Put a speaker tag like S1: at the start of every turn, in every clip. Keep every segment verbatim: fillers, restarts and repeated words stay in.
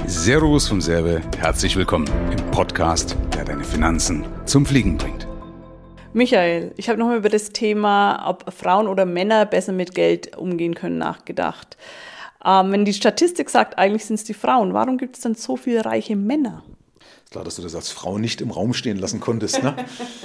S1: Servus vom Serve, herzlich willkommen im Podcast, der deine Finanzen zum Fliegen bringt.
S2: Michael, ich habe nochmal über das Thema, ob Frauen oder Männer besser mit Geld umgehen können, nachgedacht. Ähm, wenn die Statistik sagt, eigentlich sind es die Frauen, warum gibt es dann so viele reiche Männer?
S3: Ist klar, dass du das als Frau nicht im Raum stehen lassen konntest, ne?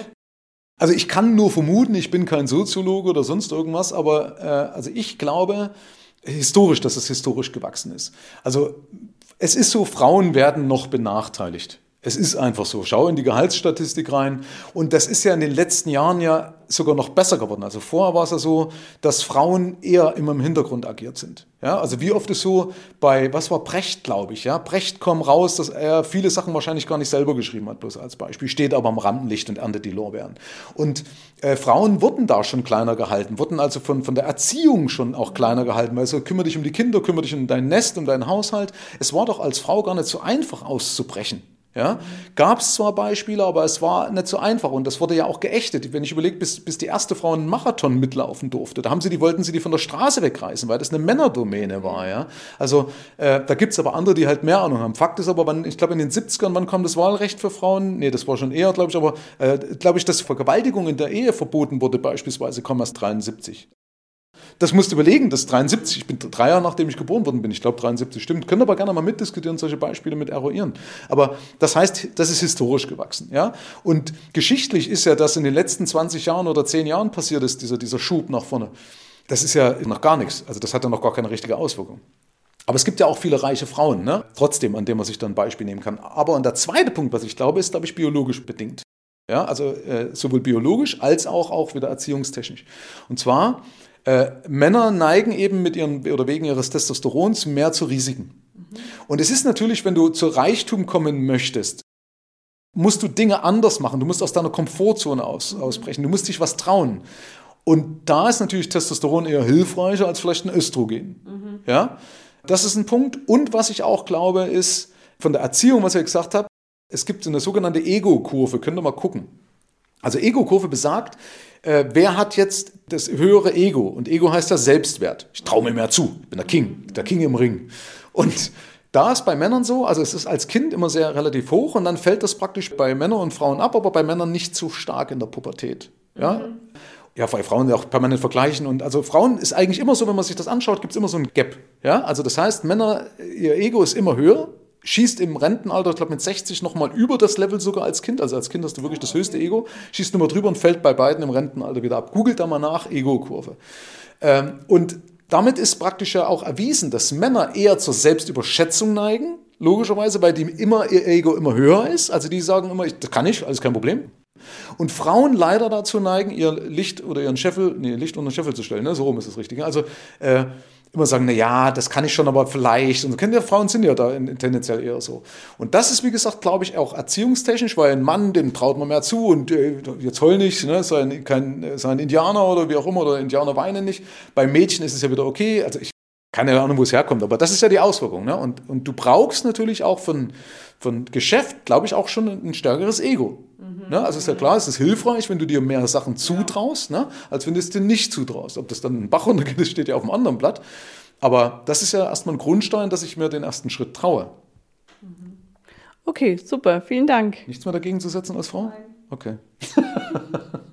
S3: Also ich kann nur vermuten, ich bin kein Soziologe oder sonst irgendwas, aber äh, also ich glaube historisch, dass es historisch gewachsen ist. Also es ist so, Frauen werden noch benachteiligt. Es ist einfach so. Schau in die Gehaltsstatistik rein. Und das ist ja in den letzten Jahren ja sogar noch besser geworden. Also vorher war es ja so, dass Frauen eher immer im Hintergrund agiert sind. Ja, also wie oft ist so bei, was war Brecht, glaube ich, ja, Brecht kommt raus, dass er viele Sachen wahrscheinlich gar nicht selber geschrieben hat, bloß als Beispiel, steht aber am Rampenlicht und erntet die Lorbeeren. Und äh, Frauen wurden da schon kleiner gehalten, wurden also von, von der Erziehung schon auch kleiner gehalten, weil so, kümmere dich um die Kinder, kümmere dich um dein Nest, um deinen Haushalt. Es war doch als Frau gar nicht so einfach auszubrechen. Ja, gab es zwar Beispiele, aber es war nicht so einfach und das wurde ja auch geächtet. Wenn ich überlege, bis, bis die erste Frau einen Marathon mitlaufen durfte, da haben sie die, wollten sie die von der Straße wegreißen, weil das eine Männerdomäne war. Ja? Also äh, da gibt es aber andere, die halt mehr Ahnung haben. Fakt ist aber, wann, ich glaube in den siebzigern, wann kam das Wahlrecht für Frauen? Nee, das war schon eher, glaube ich, aber äh, glaube ich, dass Vergewaltigung in der Ehe verboten wurde beispielsweise, kam erst dreiundsiebzig. Das musst du überlegen, das ist dreiundsiebzig, ich bin drei Jahre nachdem ich geboren worden bin, ich glaube dreiundsiebzig stimmt, können aber gerne mal mitdiskutieren, solche Beispiele mit eruieren. Aber das heißt, das ist historisch gewachsen. Ja? Und geschichtlich ist ja, dass in den letzten zwanzig Jahren oder zehn Jahren passiert ist, dieser, dieser Schub nach vorne. Das ist ja noch gar nichts, also das hat ja noch gar keine richtige Auswirkung. Aber es gibt ja auch viele reiche Frauen, ne? Trotzdem, an denen man sich dann ein Beispiel nehmen kann. Aber und der zweite Punkt, was ich glaube, ist, glaube ich, biologisch bedingt. Ja? Also äh, sowohl biologisch als auch, auch wieder erziehungstechnisch. Und zwar Äh, Männer neigen eben mit ihren oder wegen ihres Testosterons mehr zu Risiken. Mhm. Und es ist natürlich, wenn du zu Reichtum kommen möchtest, musst du Dinge anders machen. Du musst aus deiner Komfortzone aus, mhm. ausbrechen. Du musst dich was trauen. Und da ist natürlich Testosteron eher hilfreicher als vielleicht ein Östrogen. Mhm. Ja? Das ist ein Punkt. Und was ich auch glaube, ist von der Erziehung, was ich gesagt habe, es gibt eine sogenannte Ego-Kurve. Könnt ihr mal gucken. Also Ego-Kurve besagt, äh, wer hat jetzt das höhere Ego? Und Ego heißt ja Selbstwert. Ich traue mir mehr zu. Ich bin der King, der King im Ring. Und da ist bei Männern so, also es ist als Kind immer sehr relativ hoch und dann fällt das praktisch bei Männern und Frauen ab, aber bei Männern nicht so stark in der Pubertät. Ja, mhm. Ja, weil Frauen ja auch permanent vergleichen. Und also Frauen ist eigentlich immer so, wenn man sich das anschaut, gibt es immer so ein Gap. Ja, also das heißt, Männer, ihr Ego ist immer höher. Schießt im Rentenalter, ich glaube mit sechzig nochmal über das Level sogar als Kind. Also als Kind hast du wirklich das höchste Ego, schießt nochmal drüber und fällt bei beiden im Rentenalter wieder ab. Googelt da mal nach, Ego-Kurve. Ähm, und damit ist praktisch ja auch erwiesen, dass Männer eher zur Selbstüberschätzung neigen, logischerweise, weil die immer ihr Ego immer höher ist. Also die sagen immer, ich, das kann ich, alles kein Problem. Und Frauen leider dazu neigen, ihr Licht oder ihren Scheffel, nee, Licht unter den Scheffel zu stellen, ne? So rum ist das Richtige. Also äh, immer sagen, na ja, das kann ich schon, aber vielleicht. Und so kennen ja Frauen sind ja da in, tendenziell eher so. Und das ist, wie gesagt, glaube ich, auch erziehungstechnisch, weil ein Mann, dem traut man mehr zu und äh, jetzt heul nicht, ne, sei ein, kein, sei ein Indianer oder wie auch immer, oder Indianer weinen nicht. Bei Mädchen ist es ja wieder okay. Also ich keine Ahnung, wo es herkommt, aber das ist ja die Auswirkung. Ne? Und, und du brauchst natürlich auch von, von Geschäft, glaube ich, auch schon ein stärkeres Ego. Mhm. Ne? Also ist ja klar, es ist hilfreich, wenn du dir mehr Sachen zutraust, ne? Als wenn du es dir nicht zutraust. Ob das dann ein Bach runtergeht, das steht ja auf dem anderen Blatt. Aber das ist ja erstmal ein Grundstein, dass ich mir den ersten Schritt traue.
S2: Okay, super, vielen Dank.
S3: Nichts mehr dagegen zu setzen als Frau?
S2: Nein.
S3: Okay.